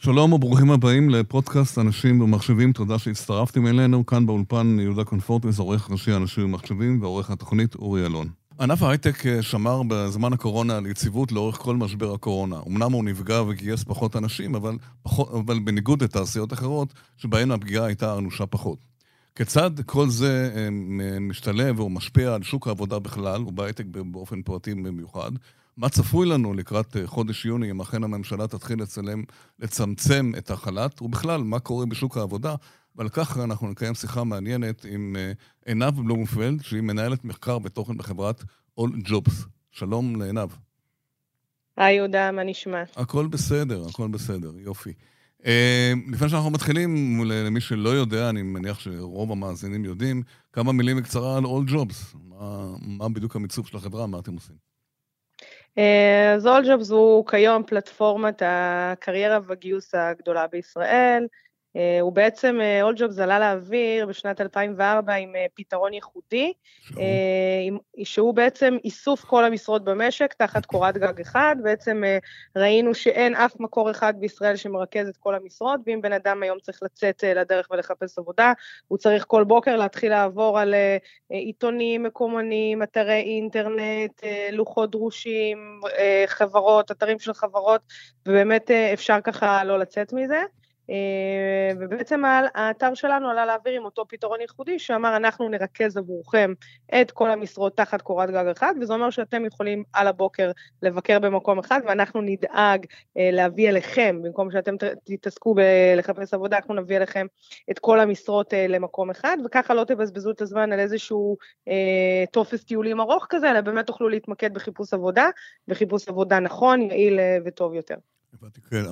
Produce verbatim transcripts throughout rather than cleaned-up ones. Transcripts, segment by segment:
שלום וברוכים הבאים לפודקאסט אנשים ומחשבים, תודה שהצטרפתם אלינו. כאן באולפן יהודה קונפורטס, עורך ראשי אנשים ומחשבים ועורך התוכנית אורי אלון. ענף ההייטק שמר בזמן הקורונה על יציבות לאורך כל משבר הקורונה. אמנם הוא נפגע וגייס פחות אנשים, אבל, פחות, אבל בניגוד לתעשיות אחרות שבהן הפגיעה הייתה אנושה פחות. כיצד כל זה משתלב או משפיע על שוק העבודה בכלל ובהייטק באופן פרטי במיוחד? מה צפוי לנו לקראת חודש יוני, אם אכן הממשלה תתחיל לצלם, לצמצם את החל"ת, ובכלל, מה קורה בשוק העבודה? ועל כך אנחנו נקיים שיחה מעניינת עם עינב בלומפלד, שהיא מנהלת מחקר ותוכן בחברת All Jobs. שלום לעינב. היי יהודה, מה נשמע? הכל בסדר, הכל בסדר, יופי. לפני שאנחנו מתחילים, למי שלא יודע, אני מניח שרוב המאזינים יודעים, כמה מילים בקצרה על All Jobs. מה, מה בדיוק המיצוב של החברה, מה אתם עושים? אז All Jobs הוא כיום פלטפורמת הקריירה והגיוס הגדולה בישראל. הוא בעצם, All Jobs עלה לאוויר בשנת אלפיים וארבע עם פתרון ייחודי, שהוא בעצם איסוף כל המשרות במשק תחת קורת גג אחד. בעצם ראינו שאין אף מקור אחד בישראל שמרכז את כל המשרות, ואם בן אדם היום צריך לצאת לדרך ולחפש עבודה, הוא צריך כל בוקר להתחיל לעבור על עיתונים, מקומונים, אתרי אינטרנט, לוחות דרושים, חברות, אתרים של חברות, ובאמת אפשר ככה לא לצאת מזה. ובעצם האתר שלנו עלה להעביר עם אותו פתרון ייחודי שאמר אנחנו נרכז עבורכם את כל המשרות תחת קורת גג אחד, וזה אומר שאתם יכולים על הבוקר לבקר במקום אחד, ואנחנו נדאג להביא אליכם, במקום שאתם תתעסקו בלחפש עבודה, אנחנו נביא אליכם את כל המשרות למקום אחד, וככה לא תבזבזו את הזמן על איזשהו טופס טיולים ארוך כזה, אלא באמת תוכלו להתמקד בחיפוש עבודה, וחיפוש עבודה נכון, יעיל וטוב יותר. כן,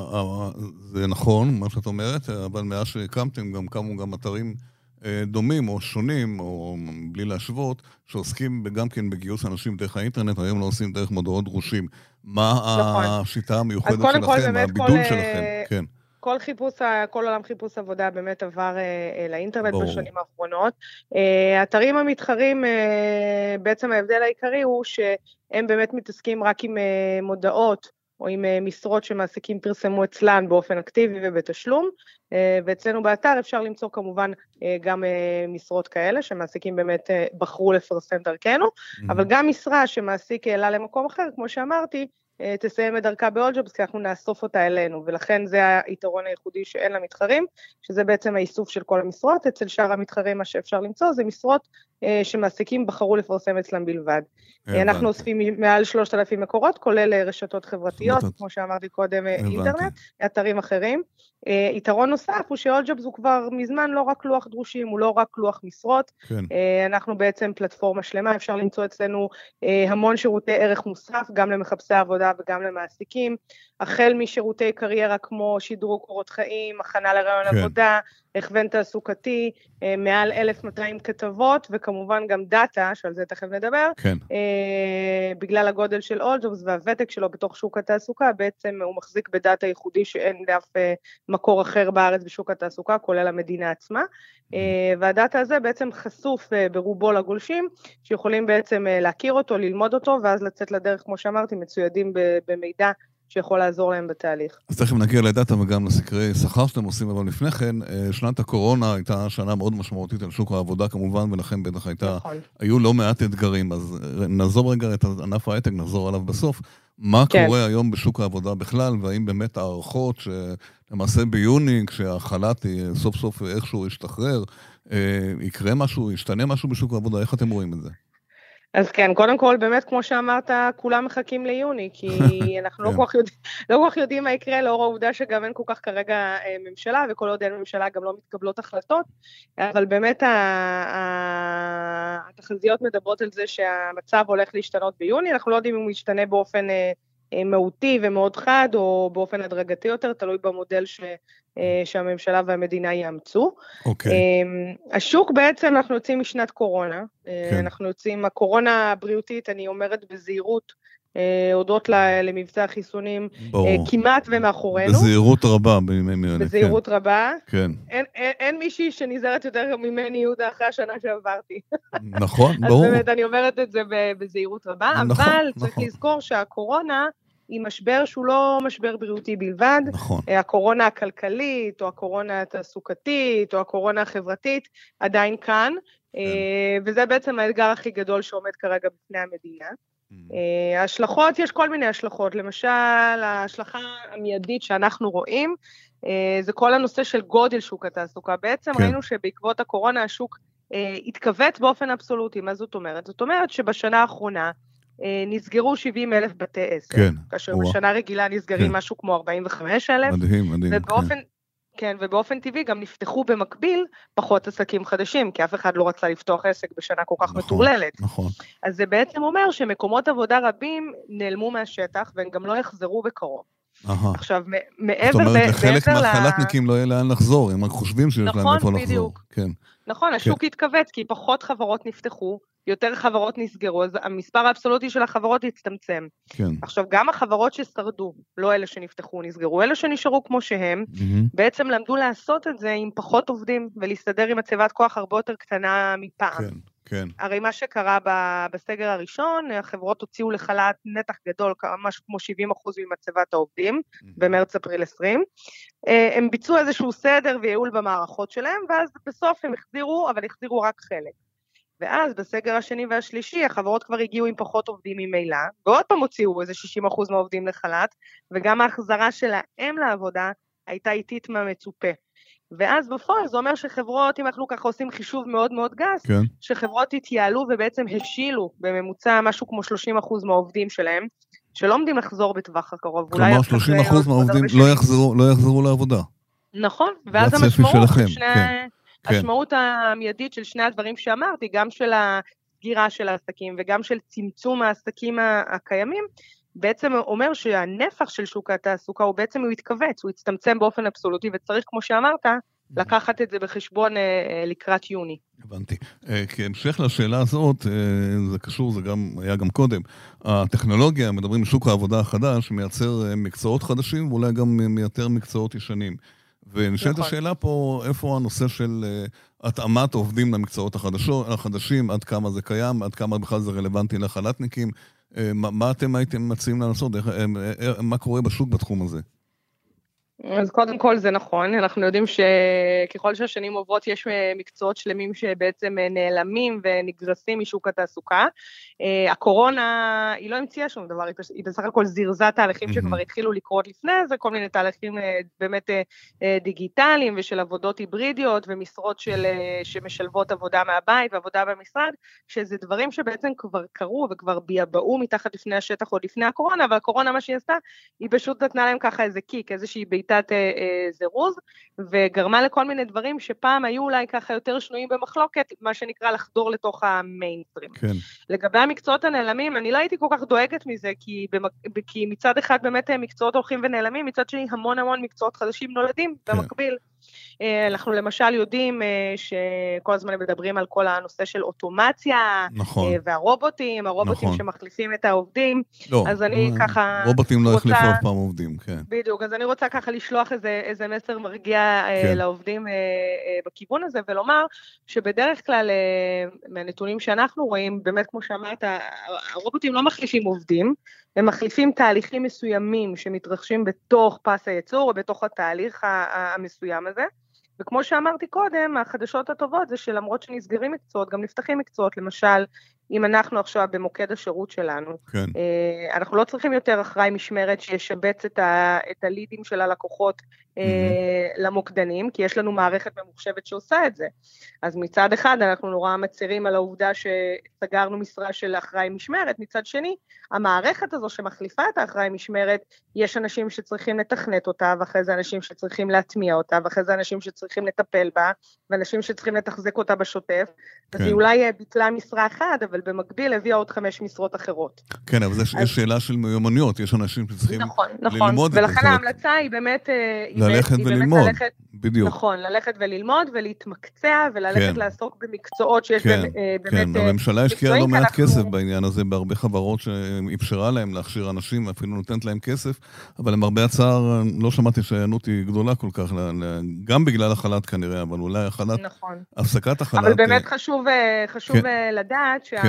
זה נכון, מה שאת אומרת, אבל מאז שהקמתם גם קמו גם אתרים דומים או שונים, או בלי להשוות, שעוסקים גם כן בגיוס אנשים דרך האינטרנט, היום לא עושים דרך מודעות דרושים. מה השיטה המיוחדת שלכם, הבידול שלכם? כן. כל חיפוש, כל עולם חיפוש עבודה באמת עבר לאינטרנט בשנים האחרונות. האתרים המתחרים, בעצם ההבדל העיקרי הוא שהם באמת מתעסקים רק עם מודעות, או עם משרות שמעסיקים פרסמו אצלן באופן אקטיבי ובתשלום, ואצלנו באתר אפשר למצוא כמובן גם משרות כאלה, שמעסיקים באמת בחרו לפרסם דרכנו, אבל גם משרה שמעסיק העלה למקום אחר, כמו שאמרתי, תסיים את דרכה ב-All Jobs, כי אנחנו נאסוף אותה אלינו, ולכן זה היתרון הייחודי שאין למתחרים, שזה בעצם האיסוף של כל המשרות. אצל שאר המתחרים מה שאפשר למצוא, זה משרות שמעסיקים בחרו לפרסם אצלם בלבד. אנחנו אוספים מעל שלושת אלפים מקורות, כולל רשתות חברתיות, כמו שאמרתי קודם, אינטרנט, אתרים אחרים. יתרון נוסף הוא ש-All Jobs הוא כבר מזמן לא רק לוח דרושים, הוא לא רק לוח משרות, אנחנו בעצם פלטפורמה שלמה, אפשר למצוא אצלנו המון שירותי ערך מוסף, גם למחפשי עבודה וגם למעסיקים, החל משירותי קריירה כמו שדרוג קורות חיים, הכנה לרעיון עבודה, הכוון תעסוקתי, מעל אלף ומאתיים כתבות, וכמובן גם דאטה, שעל זה תכף נדבר, כן. בגלל הגודל של All Jobs והוותק שלו בתוך שוק התעסוקה, בעצם הוא מחזיק בדאטה ייחודי שאין לאף מקור אחר בארץ בשוק התעסוקה, כולל המדינה עצמה, והדאטה הזה בעצם חשוף ברובו לגולשים, שיכולים בעצם להכיר אותו, ללמוד אותו, ואז לצאת לדרך, כמו שאמרתי, מצוידים במידע, שיכול לעזור להם בתהליך. אז תכף נגיע לדאטה וגם לסקרי שכר שאתם עושים, אבל לפני כן, שנת הקורונה הייתה שנה מאוד משמעותית על שוק העבודה כמובן, ולכן בטח הייתה, נכון. היו לא מעט אתגרים, אז נעזוב רגע את ענף ההייטק, נחזור עליו בסוף. מה כן. קורה היום בשוק העבודה בכלל, והאם באמת הערכות שלמעשה ביוני, כשהחל"ת סוף סוף איכשהו ישתחרר, יקרה משהו, ישתנה משהו בשוק העבודה, איך אתם רואים את זה? אז כן, קודם כל, באמת, כמו שאמרת, כולם מחכים ליוני, כי אנחנו לא כל כך יודעים, לא כל כך יודעים מה יקרה, לאור העובדה שגם אין כל כך כרגע ממשלה, וכל עוד אין ממשלה גם לא מתקבלות החלטות, אבל באמת התחזיות מדברות על זה שהמצב הולך להשתנות ביוני, אנחנו לא יודעים אם הוא ישתנה באופן מהותי ומאוד חד, או באופן הדרגתי יותר, תלוי במודל ש... שהממשלה והמדינה יאמצו. Okay. השוק בעצם, אנחנו יוצאים משנת קורונה, okay. אנחנו יוצאים, הקורונה הבריאותית, אני אומרת בזהירות, הודות למבצע החיסונים, ברור. כמעט ומאחורינו. בזהירות רבה, בימי בזהירות כן. רבה. כן. אין, אין, אין מישהי שנזהרת יותר ממני יהודה אחרי השנה שעברתי. נכון, ברור. אז באמת אני אומרת את זה בזהירות רבה, נכון, אבל נכון. צריך לזכור שהקורונה, עם משבר שהוא לא משבר בריאותי בלבד, נכון. הקורונה הכלכלית, או הקורונה התעסוקתית, או הקורונה החברתית, עדיין כאן, כן. וזה בעצם האתגר הכי גדול שעומד כרגע בפני המדינה. ההשלכות, יש כל מיני השלכות, למשל, ההשלכה המיידית שאנחנו רואים, זה כל הנושא של גודל שוק התעסוקה. בעצם כן. ראינו שבעקבות הקורונה השוק התכווץ באופן אבסולוטי. מה זאת אומרת? זאת אומרת שבשנה האחרונה נסגרו שבעים אלף בתי עסק, כן. כאשר ווא. בשנה רגילה נסגרים כן. משהו כמו ארבעים וחמישה אלף. מדהים, מדהים. ובאופן, כן. כן, ובאופן טבעי גם נפתחו במקביל פחות עסקים חדשים, כי אף אחד לא רצה לפתוח עסק בשנה כל כך נכון, מטורללת. נכון. אז זה בעצם אומר שמקומות עבודה רבים נעלמו מהשטח, והם גם לא יחזרו בקרוב. Aha. עכשיו, מעבר... זאת אומרת, לחלק מהחלטניקים לא יהיה לאן לחזור, הם רק חושבים שיש להם איפה לחזור. כן. נכון, השוק התכווץ, כי פחות חברות נפתחו, יותר חברות נסגרו, אז המספר האבסולוטי של החברות הצטמצם. כן. עכשיו, גם החברות ששרדו, לא אלה שנפתחו, נסגרו, אלה שנשארו כמו שהם, mm-hmm. בעצם למדו לעשות את זה עם פחות עובדים, ולהסתדר עם הצבת כוח הרבה יותר קטנה מפעם. כן, כן. הרי מה שקרה בסגר הראשון, החברות הוציאו לחל"ת נתח גדול, משהו כמו שבעים אחוז ממצבת העובדים, mm-hmm. במרץ-אפריל עשרים. הם ביצעו איזשהו סדר וייעול במערכות שלהם, ואז בסוף הם החזירו, אבל החזירו רק חלק. ואז בסגר השני והשלישי, החברות כבר הגיעו עם פחות עובדים ממילא, ועוד פעם הוציאו איזה שישים אחוז מהעובדים לחל"ת, וגם ההחזרה שלהם לעבודה הייתה איטית מהמצופה. ואז בפועל זה אומר שחברות, אם אנחנו ככה עושים חישוב מאוד מאוד גס, כן. שחברות התייעלו ובעצם השילו בממוצע משהו כמו שלושים אחוז מהעובדים שלהם, שלא עומדים לחזור בטווח הקרוב. כלומר שלושים אחוז מהעובדים לא יחזרו, לא יחזרו לעבודה. נכון, ואז המשמעות של שני... כן. המשמעות המיידית של שני הדברים שאמרתי, גם של הסגירה של העסקים וגם של צמצום העסקים הקיימים, בעצם אומר שהנפח של שוק התעסוקה הוא בעצם הוא יתכווץ, הוא יצטמצם באופן אבסולוטי, וצריך, כמו שאמרת, לקחת את זה בחשבון לקראת יוני. הבנתי. כהמשך לשאלה הזאת, זה קשור, זה גם, היה גם קודם, הטכנולוגיה, מדברים על שוק העבודה החדש, מייצר מקצועות חדשים, ואולי גם מייתר מקצועות ישנים. ונשאלת השאלה פה, איפה הנושא של התאמת עובדים למקצועות החדשים, עד כמה זה קיים, עד כמה בכלל זה רלוונטי לחל"תניקים, מה אתם הייתם מציעים לעשות, מה קורה בשוק בתחום הזה? אז קודם כל זה נכון, אנחנו יודעים שככל שהשנים עוברות יש מקצועות שלמים שבעצם נעלמים ונגרסים משוק התעסוקה. הקורונה היא לא המציאה שום דבר, היא בסך הכל זירזה תהליכים שכבר התחילו לקרות לפני זה, כל מיני תהליכים באמת דיגיטליים ושל עבודות היברידיות ומשרות של, שמשלבות עבודה מהבית ועבודה במשרד, שזה דברים שבעצם כבר קרו וכבר ביאבאו מתחת לפני השטח עוד לפני הקורונה, אבל הקורונה מה שהיא עשתה, היא פשוט נתנה להם ככה איזה קיק, איזושהי בעיטת זירוז, וגרמה לכל מיני דברים שפעם היו אולי ככה יותר שנויים במחלוקת, מה שנקרא לחדור לתוך המיינסטרים. כן. לגבי המקצועות הנעלמים, אני לא הייתי כל כך דואגת מזה, כי, במק... כי מצד אחד באמת מקצועות הולכים ונעלמים, מצד שני המון המון מקצועות חדשים נולדים כן. במקביל. אנחנו למשל יודעים שכל הזמן מדברים על כל הנושא של אוטומציה, נכון. והרובוטים, הרובוטים נכון. שמחליפים את העובדים, לא, אז אני ככה... רובוטים לא החליפו אף פעם עובדים, כן. בדיוק, אז אני רוצה ככה לשלוח איזה, איזה מסר מרגיע כן. לעובדים בכיוון הזה, ולומר שבדרך כלל מהנתונים שאנחנו רואים, באמת כמו שאמרת, הרובוטים לא מחליפים עובדים, הם מחליפים תהליכים מסוימים שמתרחשים בתוך פס הייצור, או בתוך התהליך המסוים הזה, וכמו שאמרתי קודם, החדשות הטובות זה שלמרות שנסגרים מקצועות, גם נפתחים מקצועות, למשל, אם אנחנו עכשיו במוקד השירות שלנו, כן. אנחנו לא צריכים יותר אחראי משמרת שישבץ את, ה, את הלידים של הלקוחות mm-hmm. למוקדנים, כי יש לנו מערכת ממוחשבת שעושה את זה. אז מצד אחד אנחנו נורא מצרים על העובדה שסגרנו משרה של אחראי משמרת, מצד שני, המערכת הזו שמחליפה את האחראי משמרת, יש אנשים שצריכים לתכנת אותה, ואחרי זה אנשים שצריכים להטמיע אותה, ואחרי זה אנשים שצריכים לטפל בה, ואנשים שצריכים לתחזק אותה בשוטף, כן. אז היא אולי ביטלה משרה אחת, אבל במקביל הביאה עוד חמש משרות אחרות. כן, אבל יש אז... שאלה של מיומנויות, יש אנשים שצריכים נכון, נכון. ללמוד. ולכן ההמלצה היא באמת... ללכת היא וללמוד, באמת ללכת, בדיוק. נכון, ללכת וללמוד ולהתמקצע, וללכת כן. לעסוק במקצועות שיש כן, באמת... כן, הממשלה השקיעה לא מעט אנחנו... כסף בעניין הזה, בהרבה חברות שאפשרה להם להכשיר אנשים, אפילו נותנת להם כסף, אבל עם הרבה הצער, לא שמעתי שהעיינות היא גדולה כל כך, גם בגלל החל"ת כנראה, אבל אולי החל"ת, נכון. הפסקת החל"ת... אבל באמת חשוב, חשוב כן. לדעת שה... כן.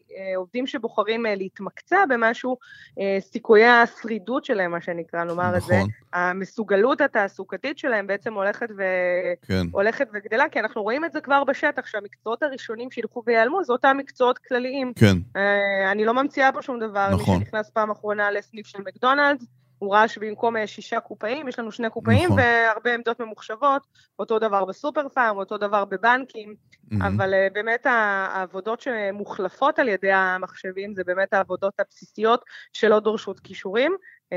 עובדים שבוחרים להתמקצע במשהו, סיכויי השרידות שלהם, מה שנקרא, נאמר את זה, המסוגלות התעסוקתית שלהם בעצם הולכת ו... כן. הולכת וגדלה, כי אנחנו רואים את זה כבר בשטח, שהמקצועות הראשונים שילכו ויעלמו, זה אותם מקצועות כלליים. כן. אני לא ממציאה פה שום דבר, נכון. מי שנכנס פעם אחרונה לסניף של מקדונלדס, הוא ראה שבמקום שישה קופאים, יש לנו שני קופאים, נכון. והרבה עמדות ממוחשבות, אותו דבר בסופר פארם, אותו דבר בבנקים, mm-hmm. אבל uh, באמת העבודות שמוחלפות על ידי המחשבים, זה באמת העבודות הבסיסיות שלא דורשות כישורים,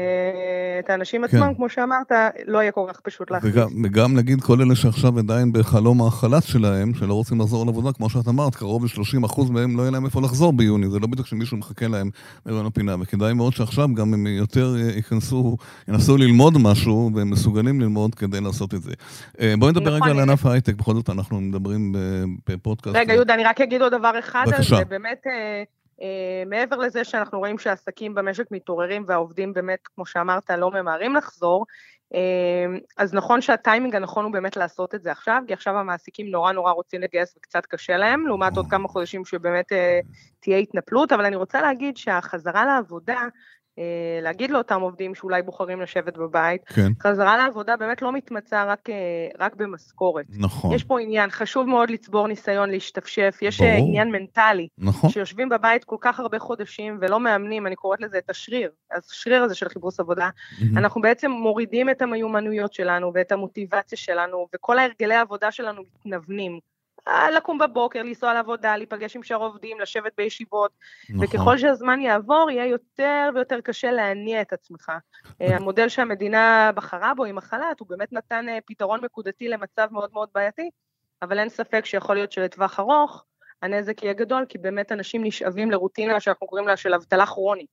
את האנשים עצמם, כן. כמו שאמרת, לא יהיה כל כך פשוט להחליף. וגם, וגם נגיד כל אלה שעכשיו עדיין בחלום החל"ת שלהם, שלא רוצים לחזור לעבודה, כמו שאת אמרת, קרוב ל-שלושים אחוז מהם לא יהיה להם איפה לחזור ביוני, זה לא בדיוק שמישהו מחכה להם מבין הפינה, וכדאי מאוד שעכשיו גם הם יותר ייכנסו, ינסו ללמוד משהו, והם מסוגלים ללמוד כדי לעשות את זה. בואי נדבר רגע על ענף ההייטק, בכל זאת אנחנו מדברים בפודקאסט. רגע, יהודה, אני רק אגיד עוד דבר אחד על זה, באמת... Uh, מעבר לזה שאנחנו רואים שהעסקים במשק מתעוררים והעובדים באמת, כמו שאמרת, לא ממהרים לחזור, uh, אז נכון שהטיימינג הנכון הוא באמת לעשות את זה עכשיו, כי עכשיו המעסיקים נורא נורא רוצים לגייס וקצת קשה להם, לעומת עוד כמה חודשים שבאמת uh, תהיה התנפלות, אבל אני רוצה להגיד שהחזרה לעבודה, להגיד לאותם עובדים שאולי בוחרים לשבת בבית, כן. חזרה לעבודה באמת לא מתמצא רק, רק במשכורת. נכון. יש פה עניין, חשוב מאוד לצבור ניסיון, להשתפשף, יש ברור. עניין מנטלי, נכון. שיושבים בבית כל כך הרבה חודשים ולא מאמנים, אני קוראת לזה את השריר, אז השריר הזה של חיפוש עבודה, mm-hmm. אנחנו בעצם מורידים את המיומנויות שלנו ואת המוטיבציה שלנו, וכל ההרגלי העבודה שלנו מתנוונים, לקום בבוקר, לנסוע לעבודה, להיפגש עם שאר עובדים, לשבת בישיבות, נכון. וככל שהזמן יעבור, יהיה יותר ויותר קשה להניע את עצמך. המודל שהמדינה בחרה בו עם החל"ת, הוא באמת נתן פתרון מקודתי למצב מאוד מאוד בעייתי, אבל אין ספק שיכול להיות שלטווח ארוך, הנזק יהיה גדול, כי באמת אנשים נשאבים לרוטינה שאנחנו קוראים לה של אבטלה כרונית,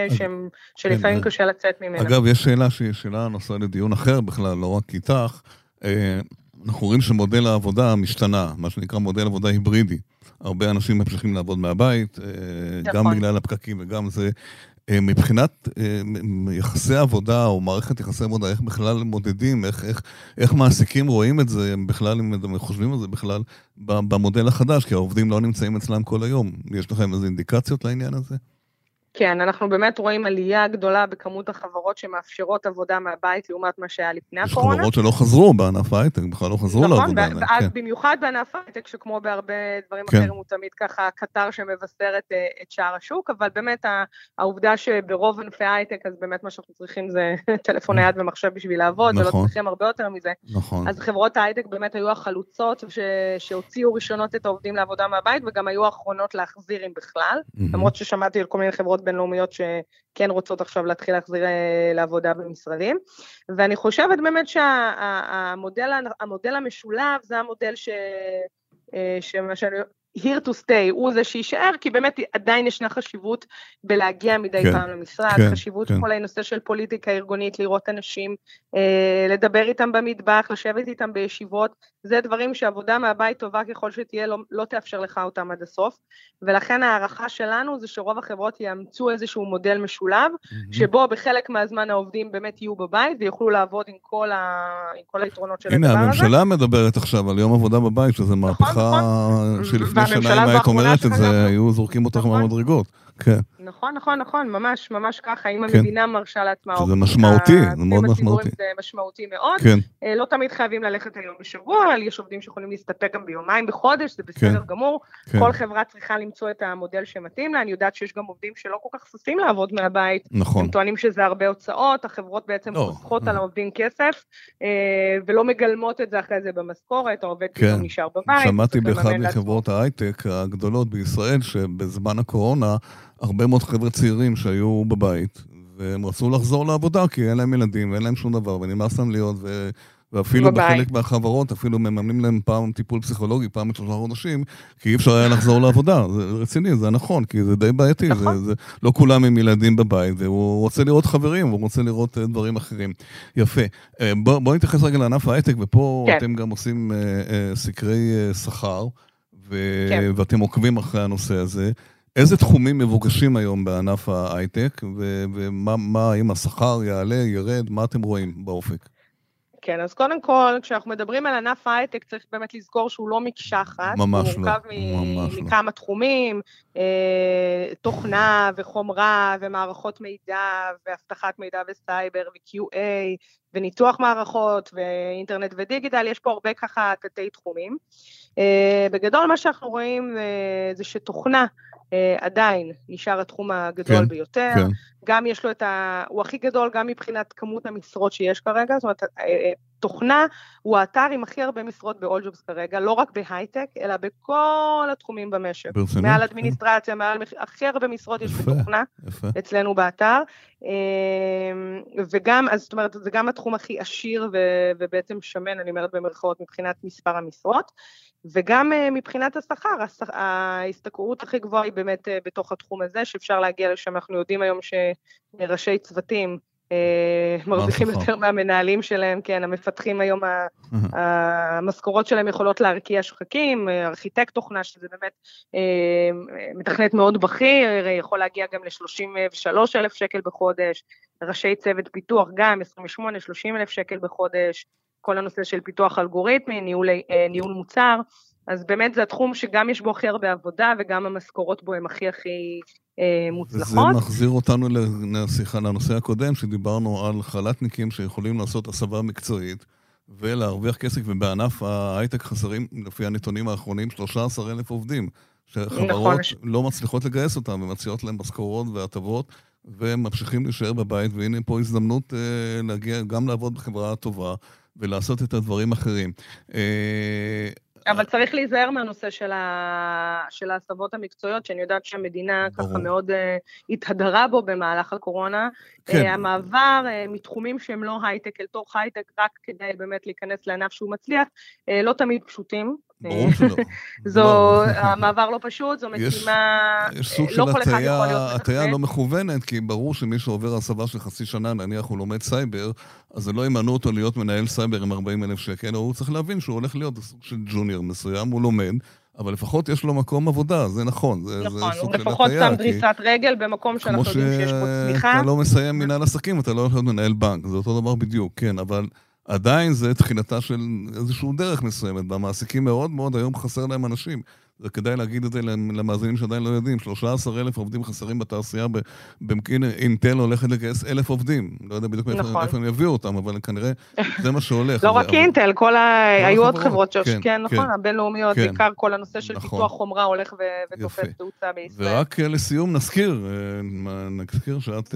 שלפעמים קשה לצאת ממנה. אגב, יש שאלה שהיא שאלה נושא לדיון אחר בכלל, לא רק איתך, אנחנו רואים שמודל העבודה משתנה, מה שנקרא מודל עבודה היברידי. הרבה אנשים ממשיכים לעבוד מהבית, גם בגלל הפקקים וגם זה. מבחינת יחסי עבודה או מערכת יחסי עבודה, איך בכלל מודדים, איך, איך, איך מעסיקים רואים את זה, בכלל, אם הם חושבים על זה בכלל, במודל החדש, כי העובדים לא נמצאים אצלם כל היום. יש לכם איזה אינדיקציות לעניין הזה? כן, אנחנו באמת רואים עלייה גדולה בכמות החברות שמאפשרות עבודה מהבית לעומת מה שהיה לפני הקורונה. יש חברות שלא חזרו בענף ההייטק, בכלל לא חזרו לעבודה. נכון, במיוחד בענף ההייטק, שכמו בהרבה דברים אחרים, הוא תמיד ככה קטר שמבשר את שער השוק, אבל באמת העובדה שברוב ענפי ההייטק, אז באמת מה שאנחנו צריכים זה טלפון נייד ומחשב בשביל לעבוד, ולא צריכים הרבה יותר מזה. אז חברות ההייטק באמת היו החלוצות שהוציאו ראשונות את העובדים לעבודה מהבית, וגם היו האחרונות להחזיר אם בכלל, למרות ששמעתי על כל מיני חברות בינלאומיות שכן רוצות עכשיו להתחיל להחזיר לעבודה במשרדים, ואני חושבת באמת שהמודל המודל המשולב זה המודל ש... שמה שאני... here to stay, הוא זה שישאר, כי באמת עדיין ישנה חשיבות בלהגיע מדי כן, פעם למשרד, כן, חשיבות כן. כל הנושא של פוליטיקה ארגונית, לראות אנשים, אה, לדבר איתם במטבח, לשבת איתם בישיבות, זה דברים שעבודה מהבית טובה ככל שתהיה, לא, לא תאפשר לך אותם עד הסוף, ולכן הערכה שלנו זה שרוב החברות יאמצו איזשהו מודל משולב, mm-hmm. שבו בחלק מהזמן העובדים באמת יהיו בבית, ויוכלו לעבוד עם כל, ה, עם כל היתרונות של הדבר הזה. הנה, הממשלה מדברת עכשיו על יום עבודה בבית, שזה מהפכה שלפני שנה, אם היית אומרת את זה, היו זורקים אותך מהמדרגות. כן. נכון, נכון, נכון, ממש, ממש ככה, אם המדינה מרשה לעצמה... זה משמעותי, זה מאוד משמעותי. זה משמעותי מאוד. כן. לא תמיד חייבים ללכת היום בשבוע, אבל יש עובדים שיכולים להסתפק גם ביומיים בחודש, זה בסדר גמור. כל חברה צריכה למצוא את המודל שמתאים לה, אני יודעת שיש גם עובדים שלא כל כך ששים לעבוד מהבית. נכון. הם טוענים שזה הרבה הוצאות, החברות בעצם חוסכות על העובדים כסף, ולא מגלמות את זה אחרי זה במשכורת, העובד פתאום נשאר בבית. שמעתי באחד מחברות ההייטק הגדולות בישראל, שבזמן הקורונה הרבה מאוד חבר'ה צעירים שהיו בבית, והם רצו לחזור לעבודה, כי אין להם ילדים, ואין להם שום דבר, ונמאס להם להיות, ו... ואפילו בבית. בחלק מהחברות, אפילו מממנים להם פעם טיפול פסיכולוגי, פעם שלושה חודשים, כי אי אפשר היה לחזור לעבודה. זה רציני, זה נכון, כי זה די בעייתי, נכון. זה, זה, לא כולם עם ילדים בבית, והוא רוצה לראות חברים, והוא רוצה לראות דברים אחרים. יפה. בואו בוא נתייחס רגע לענף ההייטק, ופה כן. אתם גם עושים uh, uh, סקרי uh, שכר, ו... כן. ואתם עוקבים אחרי הנושא הזה. איזה תחומים מבוקשים היום בענף ההייטק, ומה, מה, אם השכר יעלה, ירד, מה אתם רואים באופק? כן, אז קודם כל, כשאנחנו מדברים על ענף ההייטק, צריך באמת לזכור שהוא לא מקשה אחת. ממש הוא לא, מורכב ממש לא. מכמה תחומים, אה, תוכנה וחומרה ומערכות מידע והבטחת מידע וסייבר ו-קיו איי וניתוח מערכות ואינטרנט ודיגיטל, יש פה הרבה ככה תתי תחומים. אה, בגדול מה שאנחנו רואים אה, זה שתוכנה אה, עדיין נשאר התחום הגדול כן, ביותר, כן. גם יש לו את ה... הוא הכי גדול גם מבחינת כמות המשרות שיש כרגע, זאת אומרת, תוכנה הוא האתר עם הכי הרבה משרות ב-AllJobs כרגע, לא רק בהייטק, אלא בכל התחומים במשק. ברצינות? מעל אדמיניסטרציה, מעל הכי הרבה משרות יש יפה, בתוכנה, יפה. אצלנו באתר, וגם, אז זאת אומרת, זה גם התחום הכי עשיר ו- ובעצם שמן, אני אומרת במרכאות, מבחינת מספר המשרות, וגם מבחינת השכר, השכר, ההסתכרות הכי גבוהה היא באמת בתוך התחום הזה, שאפשר להגיע לשם, אנחנו יודעים היום שראשי צוותים, מרוויחים יותר מהמנהלים שלהם, כן, המפתחים היום, המשכורות שלהם יכולות להרקיע שחקים, ארכיטקט תוכנה, שזה באמת מתכנת מאוד בכיר, יכול להגיע גם ל-שלושים ושלושה אלף שקל בחודש, ראשי צוות פיתוח גם עשרים ושמונה שלושים אלף שקל בחודש, כל הנושא של פיתוח אלגוריתמי, ניהול, ניהול מוצר, אז באמת זה התחום שגם יש בו הכי הרבה עבודה, וגם המשכורות בו הן הכי הכי מוצלחות. וזה מחזיר אותנו לשיחה, לנושא הקודם, שדיברנו על חל"תניקים שיכולים לעשות הסבה מקצועית, ולהרוויח כסף, ובענף ההייטק חסרים, לפי הנתונים האחרונים, שלושה עשר אלף עובדים, שחברות נכון. לא מצליחות לגייס אותם, ומציעות להם משכורות והטבות, והם ממשיכים להישאר בבית, והנה פה הזדמנות אה, להגיע, גם לעבוד בחברה הטובה, ולעשות את הדברים האחרים. אה, אבל צריך להיזהר מהנושא של, ה... של ההסבות המקצועיות, שאני יודעת שהמדינה ברור. ככה מאוד uh, התהדרה בו במהלך הקורונה. כן. Uh, המעבר uh, מתחומים שהם לא הייטק אל תוך הייטק, רק כדי באמת להיכנס לענף שהוא מצליח, uh, לא תמיד פשוטים. ברור שלא. זו, המעבר לא פשוט, זו משימה, יש סוג של הטיה לא מכוונת, כי ברור שמי שעובר הסבה של חצי שנה, נניח הוא לומד סייבר, אז זה לא ימנעו אותו להיות מנהל סייבר עם ארבעים אלף שקל, הוא צריך להבין שהוא הולך להיות סוג של ג'וניור מסוים, הוא לומד, אבל לפחות יש לו מקום עבודה, זה נכון. נכון, הוא לפחות שם דריסת רגל במקום שאנחנו יודעים שיש פה צמיחה. כמו שאתה לא מסיים מנהל עסקים, אתה לא הולך להיות מנהל בנק, זה אותו דבר בדיוק, כן, אבל עדיין זה תחילתה של איזשהו דרך מסוימת, והמעסיקים מאוד מאוד היום חסר להם אנשים, זה כדאי להגיד את זה למאזינים שעדיין לא יודעים, שלושה עשר אלף עובדים חסרים בתעשייה, במקין אינטל הולכת לגייס אלף עובדים, לא יודע בדיוק איפה הם יביאו אותם, אבל כנראה זה מה שהולך. לא רק אינטל, היו עוד חברות שכן, נכון, הבינלאומיות, בעיקר כל הנושא של פיתוח חומרה הולך ותופס תאוצה בישראל. ורק לסיום נזכיר, נזכיר שאת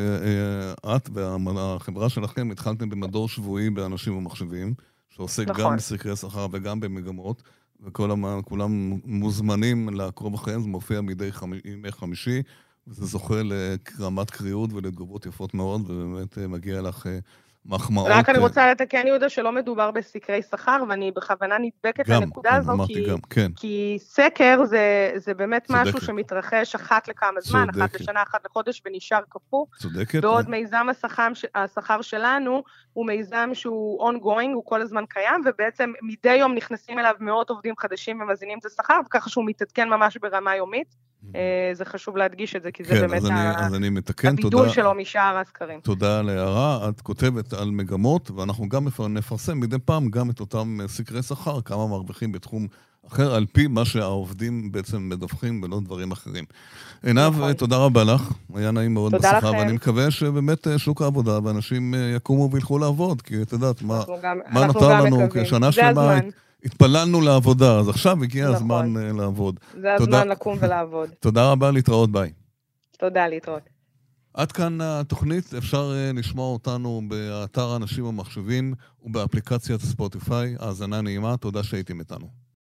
והחברה שלכם התחלתם במדור שבועי באנשים ומחשבים, שעוסק גם בסקרי שכר וגם במגמות, וכולם מוזמנים לעקוב אחריהם, זה מופיע מדי ימי חמישי, וזה זוכה לרמת קריאות ולתגובות יפות מאוד, ובאמת מגיע לך מחמאות. רק אני רוצה לתקן יהודה שלא מדובר בסקרי שכר, ואני בכוונה נדבקת לנקודה הזו, כי סקר זה באמת משהו שמתרחש אחת לכמה זמן, אחת לשנה, אחת לחודש, ונשאר קפוא. צודקת. ועוד מיזם השכר שלנו, הוא מיזם שהוא ongoing, הוא כל הזמן קיים, ובעצם מדי יום נכנסים אליו מאות עובדים חדשים ומזינים את השכר, וככה שהוא מתעדכן ממש ברמה יומית. זה חשוב להדגיש את זה, כי זה באמת הבידול שלו משאר הסקרים. תודה על הערה, את כותבת על מגמות, ואנחנו גם נפרסם מדי פעם גם את אותם סקרי שכר, כמה מרוויחים בתחום אחר, על פי מה שהעובדים בעצם מדווחים ולא דברים אחרים. עינב, תודה רבה לך, היה נעים מאוד בשיחה, ואני מקווה שבאמת שוק העבודה, ואנשים יקומו וילכו לעבוד, כי את יודעת, מה נותר לנו כשנה שלמה, התפללנו לעבודה, אז עכשיו הגיע הזמן לעבוד. זה הזמן לקום ולעבוד. תודה רבה, להתראות, ביי. תודה, להתראות. עד כאן התוכנית, אפשר לשמוע אותנו באתר אנשים ומחשבים ובאפליקציית ספוטיפיי. האזנה נעימה, תודה שהייתם איתנו.